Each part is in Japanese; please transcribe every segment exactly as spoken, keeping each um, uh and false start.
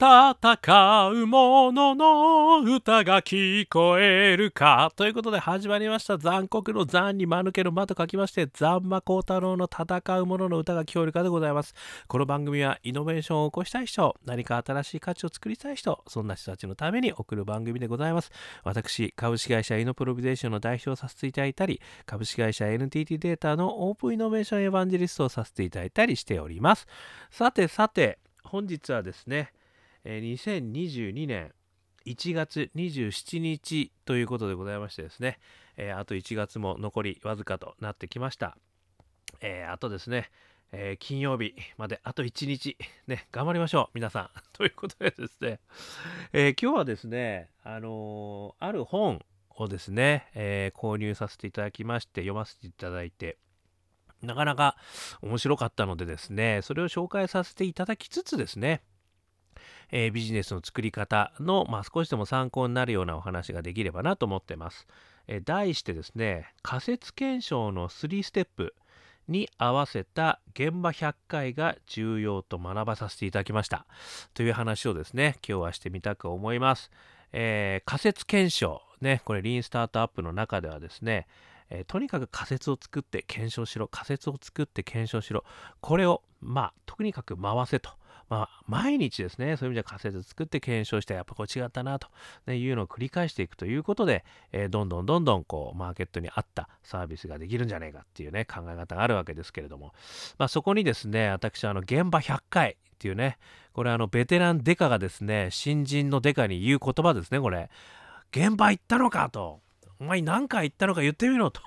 戦う者の歌が聞こえるかということで始まりました。残酷の残に間抜けの間と書きまして、残魔高太郎の戦う者の歌が聞こえるかでございます。この番組はイノベーションを起こしたい人、何か新しい価値を作りたい人、そんな人たちのために送る番組でございます。私、株式会社イノプロビゼーションの代表をさせていただいたり、株式会社 エヌティーティー データのオープンイノベーションエヴァンジェリストをさせていただいたりしております。さてさて、本日はですね、にせんにじゅうにねんいちがつにじゅうしちにちということでございましてですね、えー、あといちがつも残りわずかとなってきました。えー、あとですね、えー、金曜日まであといちにちね、頑張りましょう皆さんということでですね、えー、今日はですね、あのー、ある本をですね、えー、購入させていただきまして読ませていただいて、なかなか面白かったのでですね、それを紹介させていただきつつですね、えー、ビジネスの作り方の、まあ、少しでも参考になるようなお話ができればなと思ってます。えー、題してですね、仮説検証のさんステップに合わせた現場ひゃっかいが重要と学ばさせていただきましたという話をですね、今日はしてみたく思います。えー、仮説検証ね、これリーンスタートアップの中ではですね、えー、とにかく仮説を作って検証しろ、仮説を作って検証しろ、これをまあとにかく回せと、まあ、毎日ですね、そういう意味では仮説作って検証して、やっぱこう違ったなと、ね、いうのを繰り返していくということで、えー、どんどんどんどんこうマーケットに合ったサービスができるんじゃないかっていうね、考え方があるわけですけれども、まあ、そこにですね、私、あの現場ひゃっかいっていうね、これあのベテランデカがですね、新人のデカに言う言葉ですね、これ。現場行ったのかと。お前何回行ったのか言ってみろと。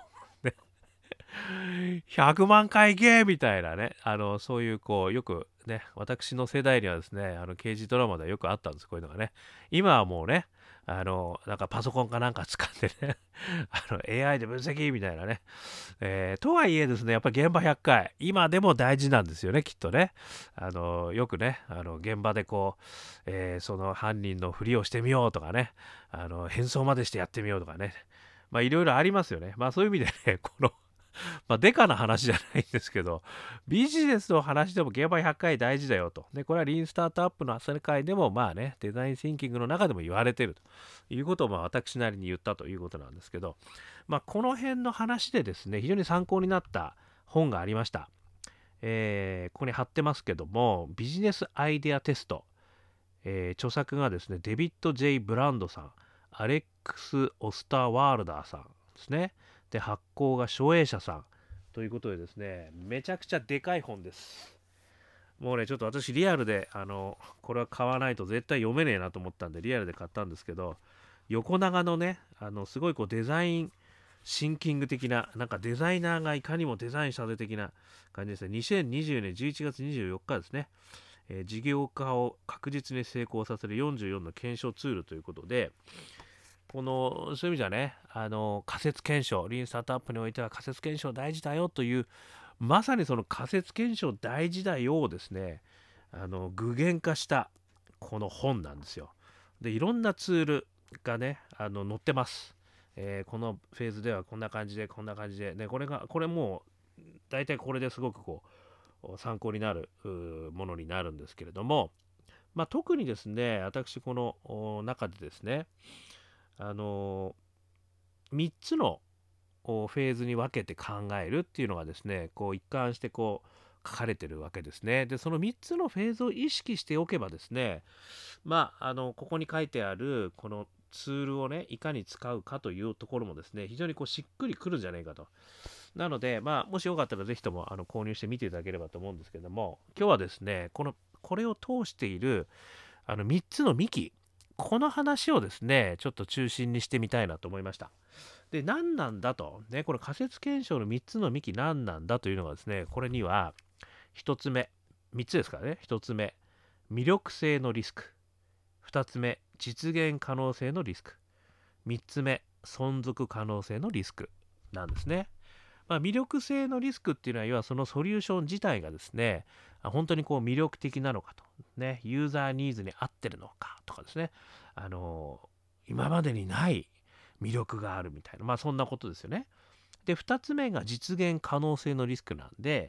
ひゃくまんかい行けみたいなね、あのそういうこうよくね、私の世代にはですね、あの刑事ドラマではよくあったんです、こういうのがね。今はもうね、あのなんかパソコンかなんか使ってねあの エーアイ で分析みたいなね、えー、とはいえですね、やっぱり現場ひゃっかい今でも大事なんですよね、きっとね。あのよくね、あの現場でこう、えー、その犯人のふりをしてみようとかね、あの変装までしてやってみようとかね、まあいろいろありますよね。まあそういう意味でね、このまあ、デカな話じゃないんですけど、ビジネスの話でも現場ひゃっかい大事だよと。で、これはリーンスタートアップの世界でも、まあね、デザインシンキングの中でも言われてるということを、まあ私なりに言ったということなんですけど、まあこの辺の話でですね、非常に参考になった本がありました。えー、ここに貼ってますけども、ビジネスアイデアテスト。えー、著作がですね、デビッド・ジェイ・ブランドさん、アレックス・オスターワールダーさんですね。で、発行が初映社さんということでですね、めちゃくちゃでかい本です。もうね、ちょっと私リアルで、あの、これは買わないと絶対読めねえなと思ったんで、リアルで買ったんですけど、横長のね、あの、すごいこうデザイン、シンキング的な、なんかデザイナーがいかにもデザインしたぜ的な感じですね。にせんにじゅうねんじゅういちがつにじゅうよっかですね。えー、事業化を確実に成功させるよんじゅうよんの検証ツールということで、このそういう意味じゃね、あの仮説検証、リーンスタートアップにおいては仮説検証大事だよという、まさにその仮説検証大事だよをですね、あの具現化したこの本なんですよ。で、いろんなツールがね、あの載ってます。えー、このフェーズではこんな感じで、こんな感じで、ね、これが、これもう、大体これですごくこう、参考になるものになるんですけれども、まあ、特にですね、私この中でですね、あのみっつのフェーズに分けて考えるっていうのがですね、こう一貫してこう書かれてるわけですね。で、そのみっつのフェーズを意識しておけばですね、まあ、あのここに書いてあるこのツールをね、いかに使うかというところもですね、非常にこうしっくりくるんじゃないかと。なので、まあ、もしよかったらぜひともあの購入してみていただければと思うんですけども、今日はですね、このこれを通しているあのみっつの幹、この話をですね、ちょっと中心にしてみたいなと思いました。で、何なんだと、ね、これ仮説検証のみっつの幹何なんだというのがですね、これにはひとつめ、みっつですからね、ひとつめ、魅力性のリスク。ふたつめ、実現可能性のリスク。みっつめ、存続可能性のリスクなんですね。まあ、魅力性のリスクっていうのは、要はそのソリューション自体がですね、本当にこう魅力的なのかと、ね、ユーザーニーズに合ってるのかとかですね、あのー、今までにない魅力があるみたいな、まあそんなことですよね。で、ふたつめが実現可能性のリスクなんで、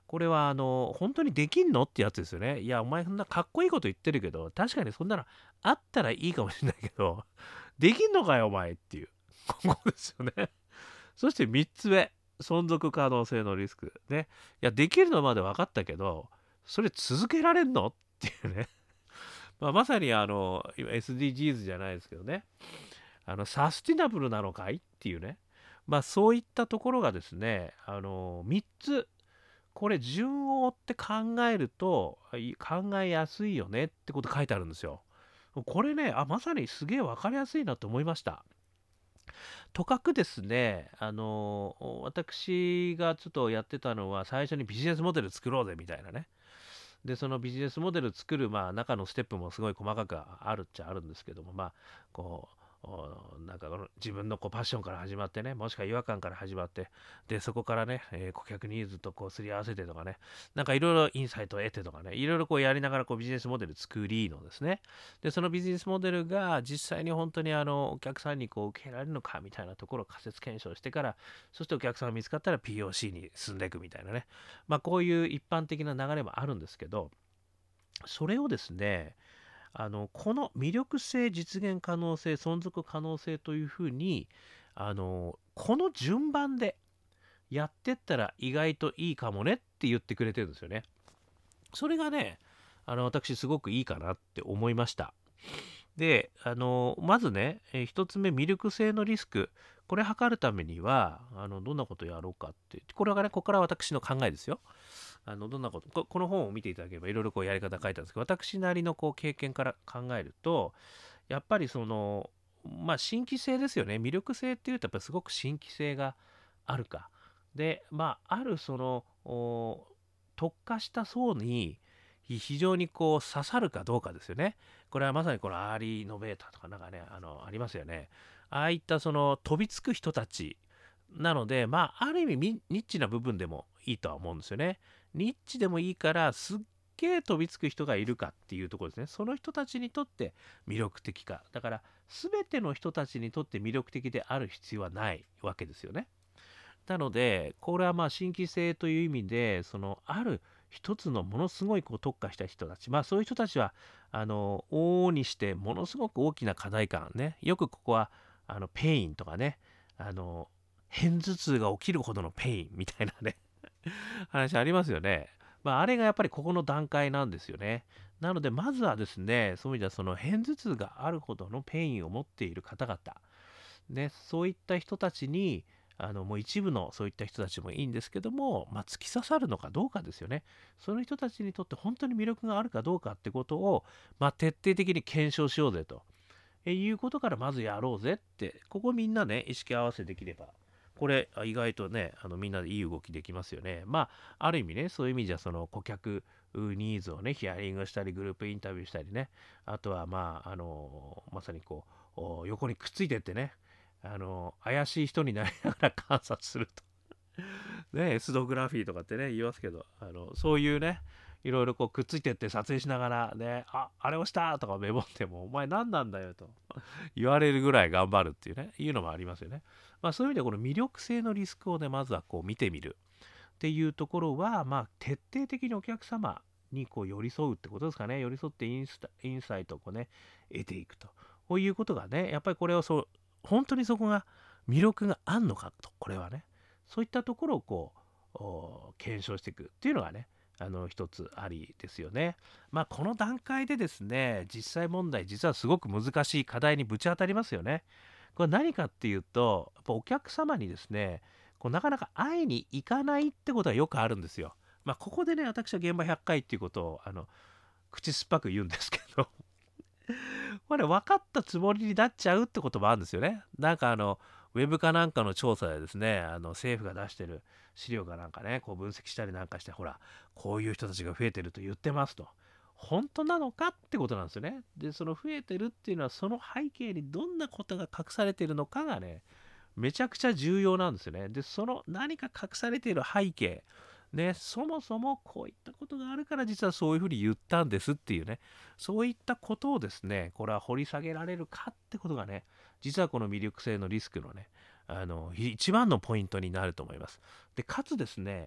これはあの本当にできんのってやつですよね。いや、お前そんなかっこいいこと言ってるけど、確かにそんなのあったらいいかもしれないけど、できんのかよ、お前っていう。ここですよね。そしてみっつめ、存続可能性のリスク。ね。いや、できるのまで分かったけど、それ続けられんのっていうね。まあ、まさにあの、今 エスディージーズ じゃないですけどね。あの、サスティナブルなのかいっていうね。まあ、そういったところがですね、あの、みっつ、これ順を追って考えるとい考えやすいよねってこと書いてあるんですよ。これね、あ、まさにすげえ分かりやすいなと思いました。とかくですね、あの、私がちょっとやってたのは、最初にビジネスモデル作ろうぜみたいなね。で、そのビジネスモデル作る、まあ、中のステップもすごい細かくあるっちゃあるんですけども、まあ、こう、おなんかこの自分のこうパッションから始まってね、もしくは違和感から始まって、で、そこからね、えー顧客ニーズとこうすり合わせてとかね、なんかいろいろインサイトを得てとかね、いろいろこうやりながらこうビジネスモデル作りのですね。で、そのビジネスモデルが実際に本当にあのお客さんにこう受けられるのかみたいなところを仮説検証してから、そしてお客さんが見つかったら ピーオーシー に進んでいくみたいなね。まあこういう一般的な流れもあるんですけど、それをですね、あのこの魅力性、実現可能性、存続可能性というふうに、あのこの順番でやってったら意外といいかもねって言ってくれてるんですよね。それがね、あの私すごくいいかなって思いました。で、あのまずね、えー一つ目、ミルク性のリスク。これ測るためには、あのどんなことやろうかって、これがね、ここから私の考えですよ。あのどんなことこ、この本を見ていただければいろいろこうやり方書いたんですけど、私なりのこう経験から考えると、やっぱりその、まあ新規性ですよね。魅力性っていうと、やっぱりすごく新規性があるか。で、まあ、あるその、お特化した層に非常にこう刺さるかどうかですよね。これはまさにこのアーリーイノベーターとかなんかね、あの、ありますよね。ああいったその飛びつく人たちなので、まあ、ある意味ミニッチな部分でもいいとは思うんですよね。ニッチでもいいから、すっげえ飛びつく人がいるかっていうところですね。その人たちにとって魅力的か。だから、全ての人たちにとって魅力的である必要はないわけですよね。なので、これはまあ新規性という意味で、そのある一つのものすごいこう特化した人たち、まあそういう人たちは、あの、往々にしてものすごく大きな課題感ね、よくここは、あの、ペインとかね、あの、片頭痛が起きるほどのペインみたいなね話ありますよね。まああれがやっぱりここの段階なんですよね。なので、まずはですね、そういう意味ではその片頭痛があるほどのペインを持っている方々、ね、そういった人たちに、あのもう一部のそういった人たちもいいんですけども、まあ、突き刺さるのかどうかですよね。その人たちにとって本当に魅力があるかどうかってことを、まあ、徹底的に検証しようぜということからまずやろうぜって、ここみんなね、意識合わせできれば、これ意外とね、あのみんなでいい動きできますよね。まあ、ある意味ね、そういう意味じゃその顧客ニーズをね、ヒアリングしたり、グループインタビューしたりね、あとはまあ、あの、まさにこう、横にくっついてってね、あの、怪しい人になりながら観察すると。ね、エスドグラフィーとかってね、言いますけど、あの、そういうね、いろいろこうくっついてって撮影しながらね、あ、あれ押したとかメモっても、お前何なんだよと言われるぐらい頑張るっていうね、いうのもありますよね。まあそういう意味でこの魅力性のリスクをね、まずはこう見てみるっていうところは、まあ徹底的にお客様にこう寄り添うってことですかね。寄り添ってインスタインサイトをこうね、得ていくと。こういうことがね、やっぱりこれをそう、本当にそこが魅力があんのかと、これはね。そういったところをこう、検証していくっていうのがね、あの一つありですよね。まあこの段階でですね、実際問題、実はすごく難しい課題にぶち当たりますよね。これ何かっていうと、やっぱお客様にですね、こうなかなか会いに行かないってことはよくあるんですよ。まあここでね、私は現場ひゃっかいっていうことを、あの、口酸っぱく言うんですけどこれ分かったつもりになっちゃうってこともあるんですよね。なんかあの、ウェブかなんかの調査でですね、あの政府が出してる資料かなんかね、こう分析したりなんかして、ほら、こういう人たちが増えてると言ってますと。本当なのかってことなんですよね。で、その増えてるっていうのは、その背景にどんなことが隠されているのかがね、めちゃくちゃ重要なんですよね。で、その何か隠されている背景、ね、そもそもこういったことがあるから実はそういうふうに言ったんですっていうね、そういったことをですね、これは掘り下げられるかってことがね、実はこの魅力性のリスクのね、あの、一番のポイントになると思います。で、かつですね、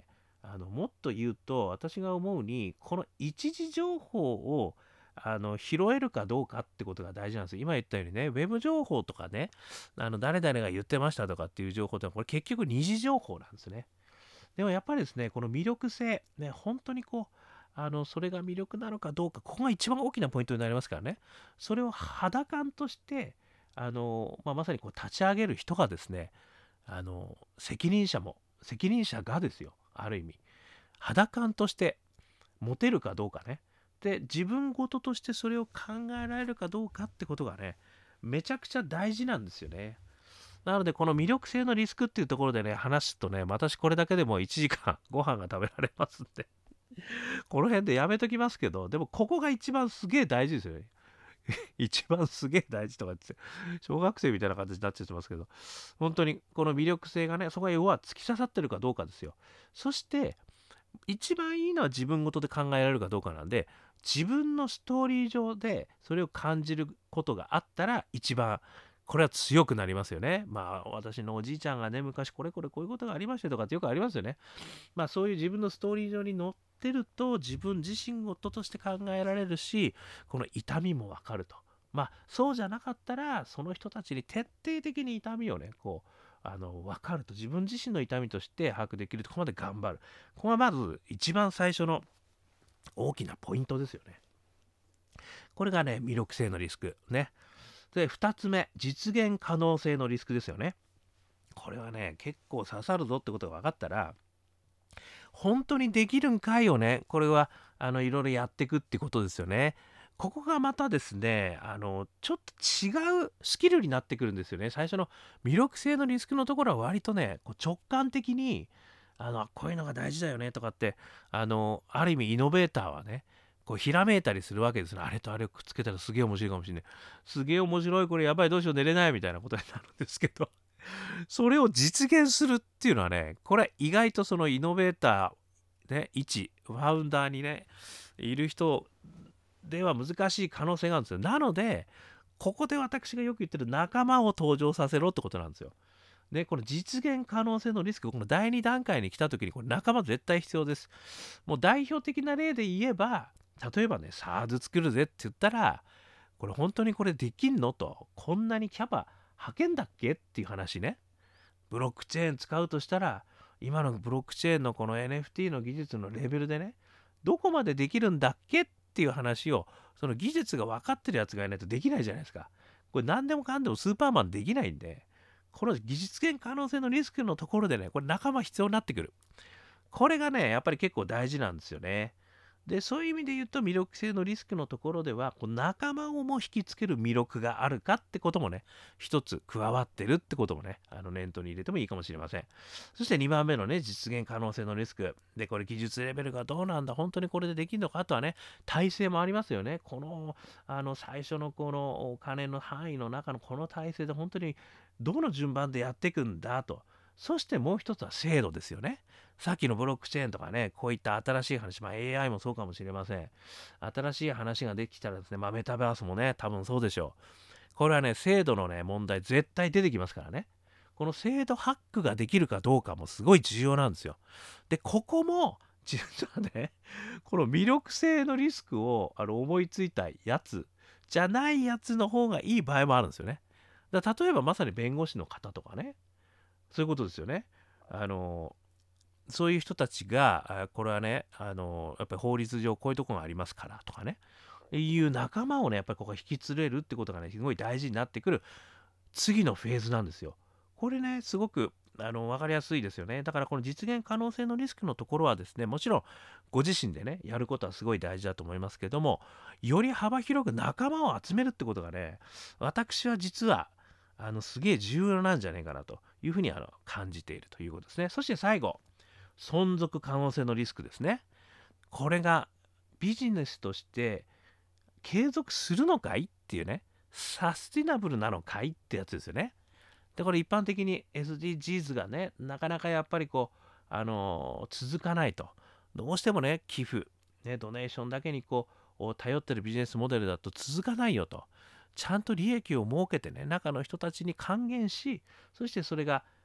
あのもっと言うと、私が思うに、この一時情報をあの拾えるかどうかってことが大事なんですよ。今言ったようにね、ウェブ情報とかね、あの誰々が言ってましたとかっていう情報ってのは、これ結局二次情報なんですね。でもやっぱりですね、この魅力性、ね、本当にこう、あのそれが魅力なのかどうか、ここが一番大きなポイントになりますからね、それを肌感として、あのまあ、まさにこう立ち上げる人がですね、あの責任者も、責任者がですよ、ある意味、肌感として持てるかどうかね、で、自分事としてそれを考えられるかどうかってことがね、めちゃくちゃ大事なんですよね。なので、この魅力性のリスクっていうところでね、話すとね、私これだけでもいちじかんご飯が食べられますんでこの辺でやめときますけど、でもここが一番すげえ大事ですよね。一番すげえ大事とか言って、小学生みたいな形になっちゃってますけど、本当にこの魅力性がね、そこが要は突き刺さってるかどうかですよ。そして、一番いいのは自分ごとで考えられるかどうかなんで、自分のストーリー上でそれを感じることがあったら一番これは強くなりますよね。まあ私のおじいちゃんがね、昔これこれこういうことがありましたとかってよくありますよね。まあそういう自分のストーリー上に載ってると自分自身事として考えられるし、この痛みもわかると。まあそうじゃなかったらその人たちに徹底的に痛みをね、こうあの分かると、自分自身の痛みとして把握できるところまで頑張る。ここがまず一番最初の大きなポイントですよね。これがね、魅力性のリスクね。でふたつめ、実現可能性のリスクですよね。これはね、結構刺さるぞってことが分かったら、本当にできるんかいをね、これはあのいろいろやっていくってことですよね。ここがまたですね、あのちょっと違うスキルになってくるんですよね。最初の魅力性のリスクのところは割とね、こう直感的にあのこういうのが大事だよねとかって、あのある意味イノベーターはね、こうひらめいたりするわけですね。あれとあれをくっつけたらすげえ面白いかもしれない。すげえ面白い、これやばい、どうしよう、寝れないみたいなことになるんですけど、それを実現するっていうのはね、これ意外とそのイノベーター、ね、一ファウンダーにね、いる人では難しい可能性があるんですよ。なので、ここで私がよく言ってる仲間を登場させろってことなんですよ。で、この実現可能性のリスク、このだいに段階に来た時に、これ仲間絶対必要です。もう代表的な例で言えば、例えばね、SARS 作るぜって言ったら、これ本当にこれできんのと、こんなにキャパ派遣だっけっていう話ね。ブロックチェーン使うとしたら、今のブロックチェーンのこの エヌエフティー の技術のレベルでね、どこまでできるんだっけっていう話を、その技術が分かってるやつがいないとできないじゃないですか。これ何でもかんでもスーパーマンできないんで、この技術現可能性のリスクのところでね、これ仲間必要になってくる。これがね、やっぱり結構大事なんですよね。で、そういう意味で言うと、魅力性のリスクのところでは、こう仲間をも引きつける魅力があるかってこともね、一つ加わってるってこともね、あの念頭に入れてもいいかもしれません。そしてにばんめのね、実現可能性のリスク。で、これ技術レベルがどうなんだ、本当にこれでできるのか、あとはね、体制もありますよね。この、あの、最初のこのお金の範囲の中のこの体制で本当にどの順番でやっていくんだと。そしてもう一つは制度ですよね。さっきのブロックチェーンとかね、こういった新しい話、まあ、エーアイ もそうかもしれません。新しい話ができたらですね、まあ、メタバースもね、多分そうでしょう。これはね、制度のね、問題絶対出てきますからね。この制度ハックができるかどうかもすごい重要なんですよ。で、ここも、実はね、この魅力性のリスクをあの思いついたやつじゃないやつの方がいい場合もあるんですよね。だから例えばまさに弁護士の方とかね、そういうことですよね。あの、そういう人たちが、あこれはね、あの、やっぱり法律上こういうとこがありますからとかね、いう仲間をね、やっぱりここ引き連れるってことがね、すごい大事になってくる次のフェーズなんですよ。これね、すごくあの分かりやすいですよね。だからこの実現可能性のリスクのところはですね、もちろんご自身でね、やることはすごい大事だと思いますけども、より幅広く仲間を集めるってことがね、私は実はあのすげえ重要なんじゃないかなというふうにあの感じているということですね。そして最後、存続可能性のリスクですね。これがビジネスとして継続するのかいっていうね、サスティナブルなのかいってやつですよね。で、これ一般的に エスディージーズ がね、なかなかやっぱりこう、あのー続かないと。どうしてもね、寄付、ね、ドネーションだけにこう、頼ってるビジネスモデルだと続かないよと。ちゃんと利益を設けてね、中の人たちに還元し、そしてそれが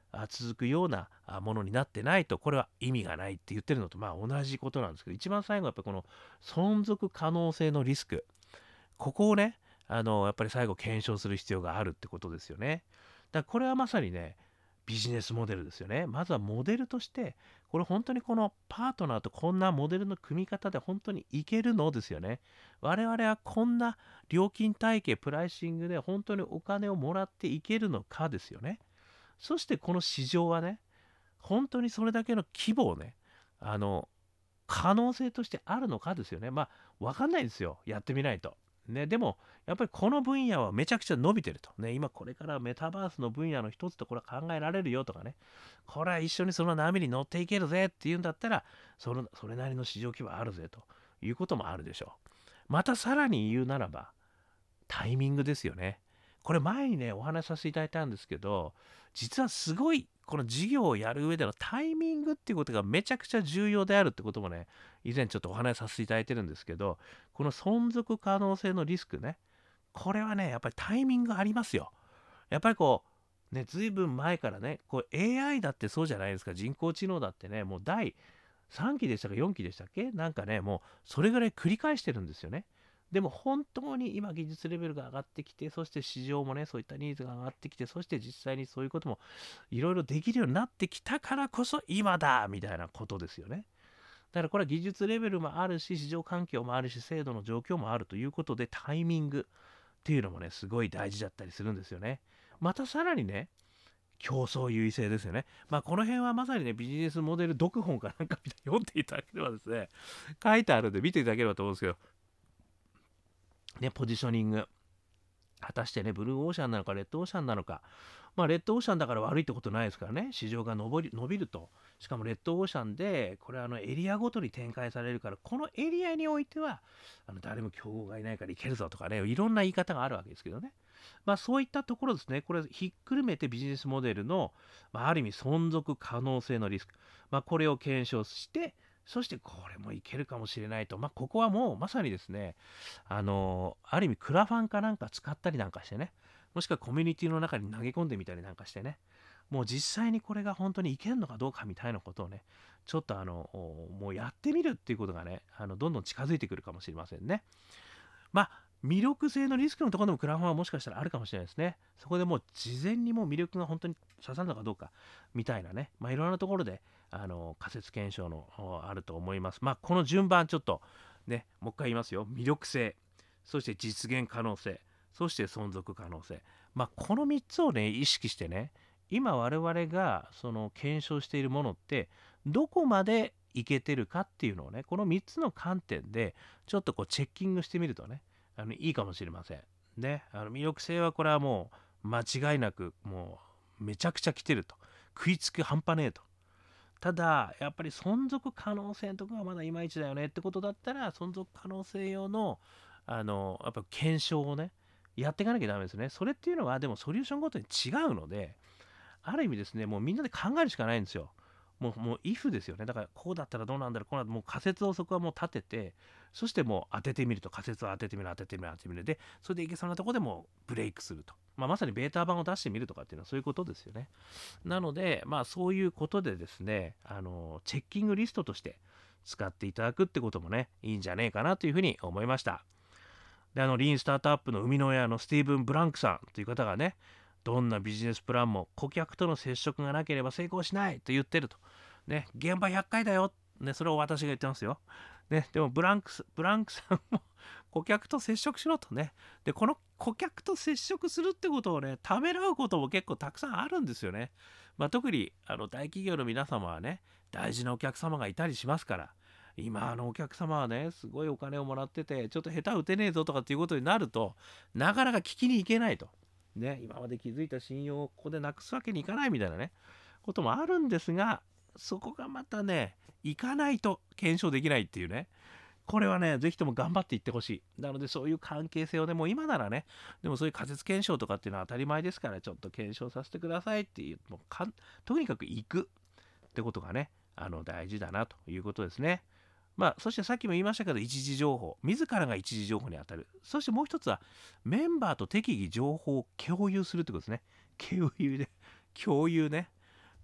あ続くようなあものになってないと、これは意味がないって言ってるのとまあ同じことなんですけど、一番最後はやっぱりこの存続可能性のリスク、ここをね、あのやっぱり最後検証する必要があるってことですよね。だからこれはまさにね、ビジネスモデルですよね。まずはモデルとして、これ本当にこのパートナーとこんなモデルの組み方で本当にいけるのですよね。我々はこんな料金体系、プライシングで本当にお金をもらっていけるのかですよね。そしてこの市場はね、本当にそれだけの規模をね、あの、可能性としてあるのかですよね。まあ、わかんないですよ。やってみないと。ね、でも、やっぱりこの分野はめちゃくちゃ伸びてると。ね、今これからメタバースの分野の一つとこれは考えられるよとかね。これは一緒にその波に乗っていけるぜっていうんだったら、そのそれなりの市場規模あるぜということもあるでしょう。またさらに言うならば、タイミングですよね。これ前にね、お話しさせていただいたんですけど、実はすごい、この事業をやる上でのタイミングっていうことがめちゃくちゃ重要であるってこともね、以前ちょっとお話しさせていただいてるんですけど、この存続可能性のリスクね、これはね、やっぱりタイミングありますよ。やっぱりこう、ね、ずいぶん前からね、こう エーアイ だってそうじゃないですか、人工知能だってね、もうだいさんきでしたかよんきでしたっけ、なんかね、もうそれぐらい繰り返してるんですよね。でも本当に今技術レベルが上がってきて、そして市場もね、そういったニーズが上がってきて、そして実際にそういうこともいろいろできるようになってきたからこそ今だみたいなことですよね。だからこれは技術レベルもあるし、市場環境もあるし、制度の状況もあるということで、タイミングっていうのもね、すごい大事だったりするんですよね。またさらにね、競争優位性ですよね。まあこの辺はまさにね、ビジネスモデル読本かなんか読んでいただければですね、書いてあるんで見ていただければと思うんですけど、ね、ポジショニング。果たしてね、ブルーオーシャンなのか、レッドオーシャンなのか。まあ、レッドオーシャンだから悪いってことないですからね、市場が伸びる伸びると。しかもレッドオーシャンで、これはあのエリアごとに展開されるから、このエリアにおいては、あの誰も競合がいないからいけるぞとかね、いろんな言い方があるわけですけどね。まあ、そういったところですね、これひっくるめてビジネスモデルの、まあ、ある意味存続可能性のリスク、まあ、これを検証して、そしてこれもいけるかもしれないと、まあ、ここはもうまさにですね、あのある意味クラファンかなんか使ったりなんかしてね、もしくはコミュニティの中に投げ込んでみたりなんかしてね、もう実際にこれが本当にいけるのかどうかみたいなことをね、ちょっとあのもうやってみるっていうことがね、あのどんどん近づいてくるかもしれませんね。まあ魅力性のリスクのところでもクラファンはもしかしたらあるかもしれないですね。そこでもう事前にもう魅力が本当に刺さるのかどうかみたいなね、まあいろんなところであの仮説検証のあると思います。まあこの順番ちょっとね、もう一回言いますよ。魅力性、そして実現可能性、そして存続可能性。まあこのみっつをね、意識してね、今我々がその検証しているものってどこまでいけてるかっていうのをね、このみっつの観点でちょっとこうチェッキングしてみるとね、あのいいかもしれません。ね、あの魅力性はこれはもう間違いなくもうめちゃくちゃ来てると。食いつく半端ねえと。ただ、やっぱり存続可能性のところがまだいまいちだよねってことだったら、存続可能性用の、あの、やっぱ検証をね、やっていかなきゃダメですね。それっていうのは、でもソリューションごとに違うので、ある意味ですね、もうみんなで考えるしかないんですよ。もう、もう if ですよね。だから、こうだったらどうなんだろう、こうなもう仮説をそこはもう立てて、そしてもう当ててみると、仮説を当ててみる、当ててみる、当ててみる。で、それでいけそうなところでもうブレイクすると。まあ、まさにベータ版を出してみるとかっていうのはそういうことですよね。なので、まあ、そういうことでですね、あの、チェッキングリストとして使っていただくってこともね、いいんじゃねえかなというふうに思いました。で、あの、リーンスタートアップの生みの親のスティーブン・ブランクさんという方がね、どんなビジネスプランも顧客との接触がなければ成功しないと言ってると。ね、現場ひゃっかいだよ。ね、それを私が言ってますよ。ね、でもブランクス、ブランクさんも顧客と接触しろとね。で、この顧客と接触するってことをね、ためらうことも結構たくさんあるんですよね。まあ、特にあの大企業の皆様はね、大事なお客様がいたりしますから。今あのお客様はね、すごいお金をもらってて、ちょっと下手打てねえぞとかっていうことになると、なかなか聞きに行けないと。ね、今まで築いた信用をここでなくすわけにいかないみたいなね、こともあるんですが、そこがまたね、行かないと検証できないっていうね。これはね、ぜひとも頑張っていってほしい。なので、そういう関係性をね、もう今ならね、でもそういう仮説検証とかっていうのは当たり前ですから、ちょっと検証させてくださいっていう、もうかんとにかく行くってことがね、あの大事だなということですね。まあ、そしてさっきも言いましたけど、一時情報。自らが一時情報に当たる。そしてもう一つは、メンバーと適宜情報を共有するってことですね。共有で、共有ね。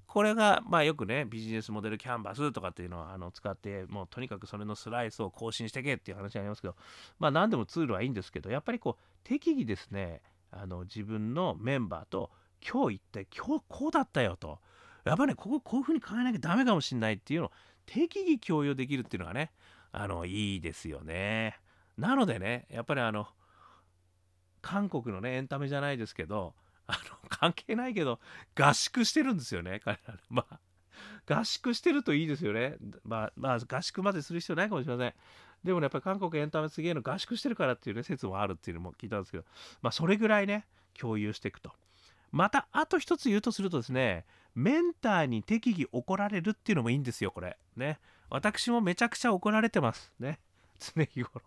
これがまあよくねビジネスモデルキャンバスとかっていうのをあの使ってもうとにかくそれのスライスを更新していけっていう話ありますけど、まあ何でもツールはいいんですけど、やっぱりこう適宜ですね、あの自分のメンバーと今日言って今日こうだったよと、やっぱねこここういうふうに変えなきゃダメかもしれないっていうのを適宜共有できるっていうのがね、あのいいですよね。なのでね、やっぱりあの韓国のねエンタメじゃないですけど、あの関係ないけど合宿してるんですよね、彼らね。まあ合宿してるといいですよね。まあまあ合宿までする必要ないかもしれません。でもねやっぱり韓国エンタメすげえの合宿してるからっていうね説もあるっていうのも聞いたんですけど、まあそれぐらいね共有していくと。またあと一つ言うとするとですね、メンターに適宜怒られるっていうのもいいんですよ、これね。私もめちゃくちゃ怒られてますね、常日頃。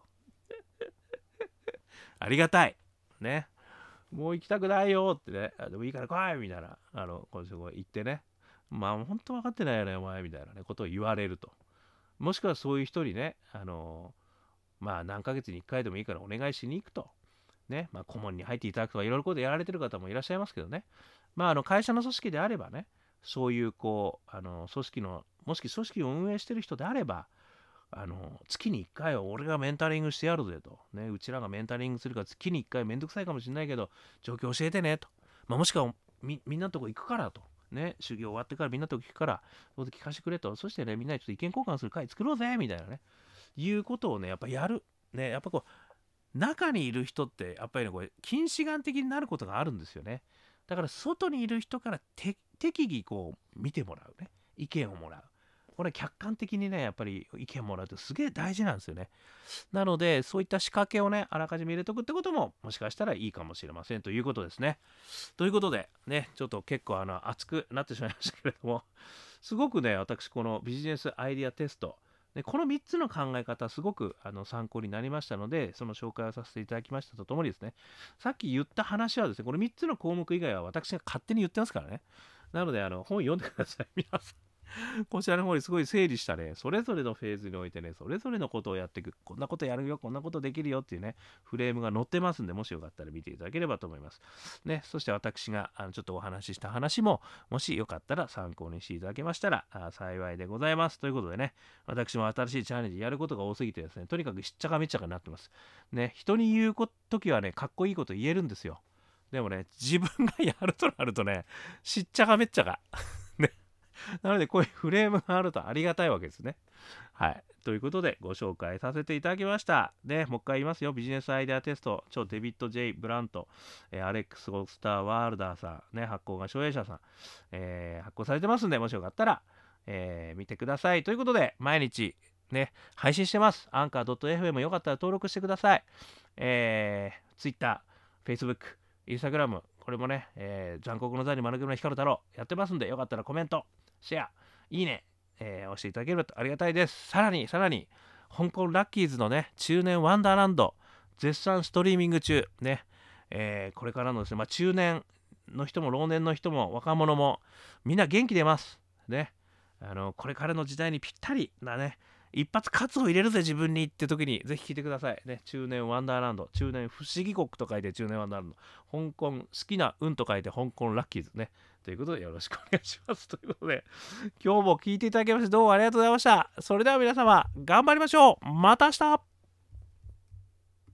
ありがたいね。もう行きたくないよってね、あでもいいから来いみたいな、あの、こう言ってね、まあ本当分かってないよね、お前みたいなね、ことを言われると。もしくはそういう人にね、あのまあ何ヶ月にいっかいでもいいからお願いしに行くと。ね、まあ顧問に入っていただくとかいろいろことやられてる方もいらっしゃいますけどね。まああの会社の組織であればね、そういうこう、あの組織の、もし組織を運営してる人であれば、あの月にいっかいは俺がメンタリングしてやるぜと、ね、うちらがメンタリングするから月にいっかいめんどくさいかもしれないけど状況教えてねと、まあ、もしくはみみんなのとこ行くからと、ね、修行終わってからみんなのとこ行くからどうぞ聞かせてくれと、そしてねみんなにちょっと意見交換する会作ろうぜみたいなね、いうことをねやっぱやるね。やっぱこう中にいる人ってやっぱりねこれ近視眼的になることがあるんですよね。だから外にいる人から適宜こう見てもらうね、意見をもらう、これ客観的にねやっぱり意見もらうとすげえ大事なんですよね。なのでそういった仕掛けをねあらかじめ入れとくってことももしかしたらいいかもしれませんということですね。ということでね、ちょっと結構あの熱くなってしまいましたけれども、すごくね私このビジネスアイディアテストでこのみっつの考え方すごくあの参考になりましたので、その紹介をさせていただきましたとともにですね、さっき言った話はですねこのみっつの項目以外は私が勝手に言ってますからね。なのであの本読んでください皆さん。こちらの方にすごい整理したね、それぞれのフェーズにおいてね、それぞれのことをやっていく、こんなことやるよ、こんなことできるよっていうね、フレームが載ってますんで、もしよかったら見ていただければと思います。ね、そして私があのちょっとお話しした話も、もしよかったら参考にしていただけましたらあ幸いでございます。ということでね、私も新しいチャレンジやることが多すぎてですね、とにかくしっちゃかめっちゃかになってます。ね、人に言うときはね、かっこいいこと言えるんですよ。でもね、自分がやるとなるとね、しっちゃかめっちゃか。ね。なのでこういうフレームがあるとありがたいわけですね。はい。ということでご紹介させていただきました。で、もう一回言いますよ。ビジネスアイデアテスト、超デビッド・ジェイ・ブラント、えーアレックス・ゴスター・ワールダーさん、ね、発行が所有者さん、えー発行されてますんで、もしよかったら、えー見てください。ということで、毎日、ね、配信してます。アンカー .fm よかったら登録してください。えー、Twitter、Facebook、Instagram、これもね、えー残酷の座に丸組の光る太郎やってますんで、よかったらコメント、シェア、いいね、えー押していただければとありがたいです。さらに、さらに、香港ラッキーズのね、中年ワンダーランド、絶賛ストリーミング中、ね、えーこれからのですね、まあ、中年の人も老年の人も若者も、みんな元気出ます。ね。あの、これからの時代にぴったりなね、一発カツを入れるぜ自分にって時にぜひ聞いてくださいね。中年ワンダーランド、中年不思議国と書いて中年ワンダーランド、香港好きな運と書いて香港ラッキーズね。ということでよろしくお願いします。ということで今日も聞いていただきましてどうもありがとうございました。それでは皆様頑張りましょう。また明日。